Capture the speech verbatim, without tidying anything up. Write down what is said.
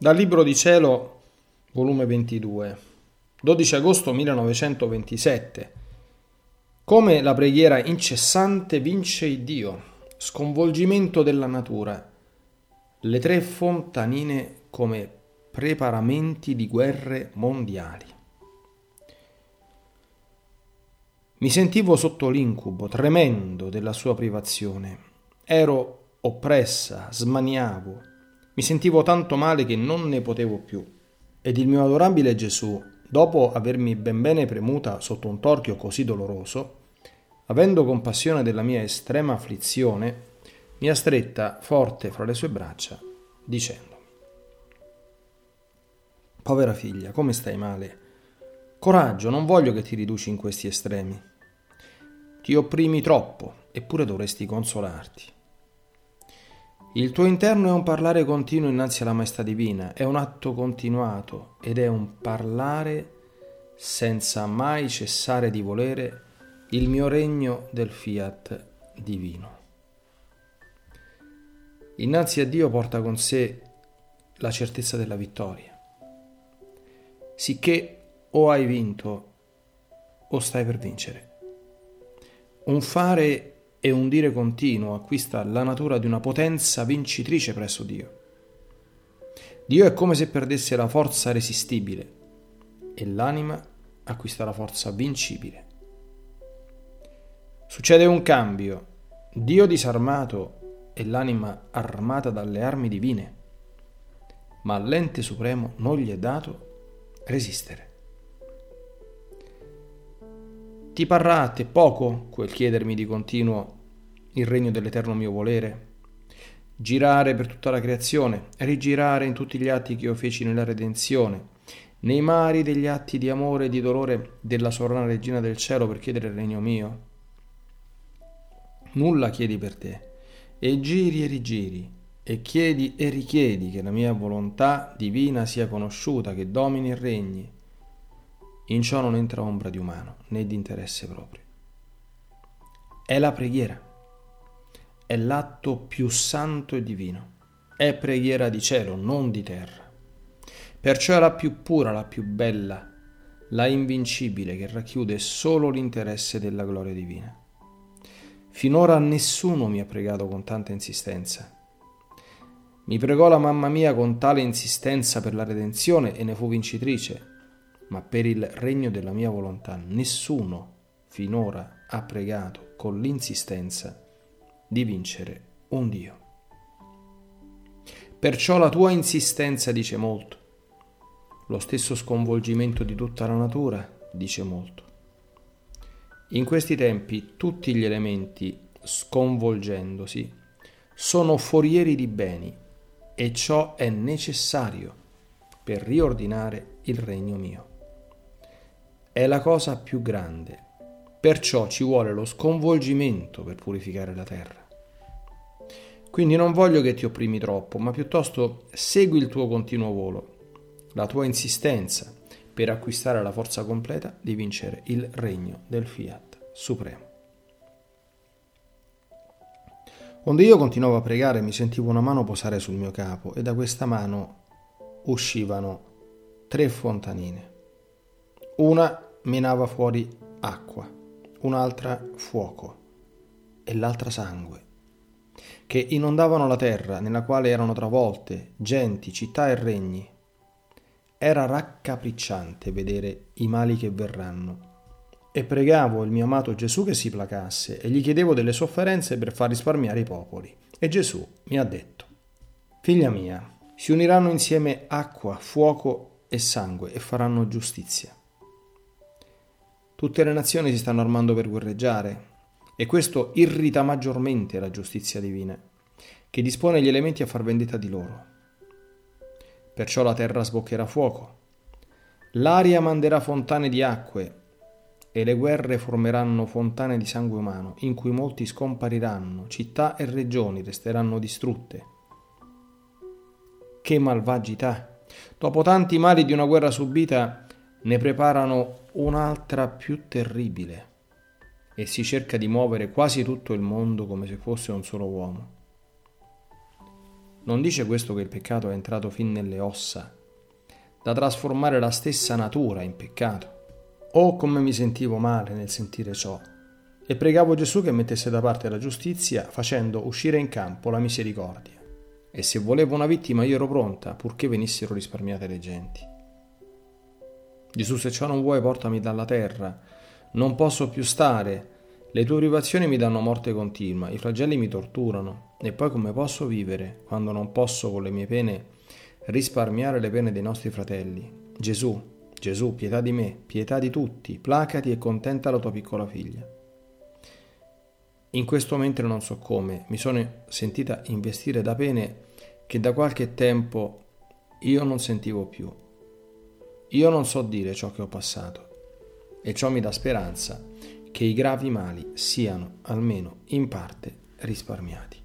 Dal Libro di Cielo, volume ventidue, dodici agosto millenovecentoventisette. Come la preghiera incessante vince il Dio, sconvolgimento della natura, le tre fontanine come preparamenti di guerre mondiali. Mi sentivo sotto l'incubo tremendo della sua privazione. Ero oppressa, smaniavo. Mi sentivo tanto male che non ne potevo più. Ed il mio adorabile Gesù, dopo avermi ben bene premuta sotto un torchio così doloroso, avendo compassione della mia estrema afflizione, mi ha stretta forte fra le sue braccia, dicendo: «Povera figlia, come stai male? Coraggio, non voglio che ti riduci in questi estremi. Ti opprimi troppo, eppure dovresti consolarti. Il tuo interno è un parlare continuo innanzi alla maestà divina, è un atto continuato ed è un parlare senza mai cessare di volere il mio regno del fiat divino. Innanzi a Dio porta con sé la certezza della vittoria, sicché o hai vinto o stai per vincere. Un fare e un dire continuo acquista la natura di una potenza vincitrice presso Dio. Dio è come se perdesse la forza resistibile e l'anima acquista la forza vincibile. Succede un cambio, Dio disarmato e l'anima armata dalle armi divine, ma all'ente supremo non gli è dato resistere. Ti parrà a te poco quel chiedermi di continuo il regno dell'eterno mio volere? Girare per tutta la creazione, rigirare in tutti gli atti che io feci nella redenzione, nei mari degli atti di amore e di dolore della sovrana regina del cielo per chiedere il regno mio? Nulla chiedi per te, e giri e rigiri, e chiedi e richiedi che la mia volontà divina sia conosciuta, che domini e regni. In ciò non entra ombra di umano, né di interesse proprio. È la preghiera, è l'atto più santo e divino, è preghiera di cielo, non di terra. Perciò è la più pura, la più bella, la invincibile, che racchiude solo l'interesse della gloria divina. Finora nessuno mi ha pregato con tanta insistenza. Mi pregò la mamma mia con tale insistenza per la redenzione e ne fu vincitrice. Ma per il regno della mia volontà nessuno finora ha pregato con l'insistenza di vincere un Dio. Perciò la tua insistenza dice molto, lo stesso sconvolgimento di tutta la natura dice molto. In questi tempi tutti gli elementi, sconvolgendosi, sono forieri di beni, e ciò è necessario per riordinare il regno mio. È la cosa più grande, perciò ci vuole lo sconvolgimento per purificare la terra. Quindi non voglio che ti opprimi troppo, ma piuttosto segui il tuo continuo volo, la tua insistenza per acquistare la forza completa di vincere il regno del fiat supremo. Onde io continuavo a pregare, mi sentivo una mano posare sul mio capo e da questa mano uscivano tre fontanine. Una menava fuori acqua, un'altra fuoco e l'altra sangue, che inondavano la terra nella quale erano travolte genti, città e regni. Era raccapricciante vedere i mali che verranno e pregavo il mio amato Gesù che si placasse e gli chiedevo delle sofferenze per far risparmiare i popoli. E Gesù mi ha detto: «Figlia mia, si uniranno insieme acqua, fuoco e sangue e faranno giustizia. Tutte le nazioni si stanno armando per guerreggiare e questo irrita maggiormente la giustizia divina, che dispone gli elementi a far vendetta di loro. Perciò la terra sboccherà fuoco, l'aria manderà fontane di acque e le guerre formeranno fontane di sangue umano, in cui molti scompariranno, città e regioni resteranno distrutte. Che malvagità! Dopo tanti mali di una guerra subita, ne preparano un'altra più terribile e si cerca di muovere quasi tutto il mondo come se fosse un solo uomo. Non dice questo che il peccato è entrato fin nelle ossa, da trasformare la stessa natura in peccato. Oh, come mi sentivo male nel sentire ciò, e pregavo Gesù che mettesse da parte la giustizia facendo uscire in campo la misericordia. E se volevo una vittima io ero pronta, purché venissero risparmiate le genti. Gesù, se ciò non vuoi, portami dalla terra. Non posso più stare. Le tue privazioni mi danno morte continua, i flagelli mi torturano. E poi come posso vivere quando non posso con le mie pene risparmiare le pene dei nostri fratelli? Gesù, Gesù, pietà di me, pietà di tutti, placati e contenta la tua piccola figlia. In questo mentre non so come, mi sono sentita investire da pene che da qualche tempo io non sentivo più. Io non so dire ciò che ho passato, e ciò mi dà speranza che i gravi mali siano almeno in parte risparmiati.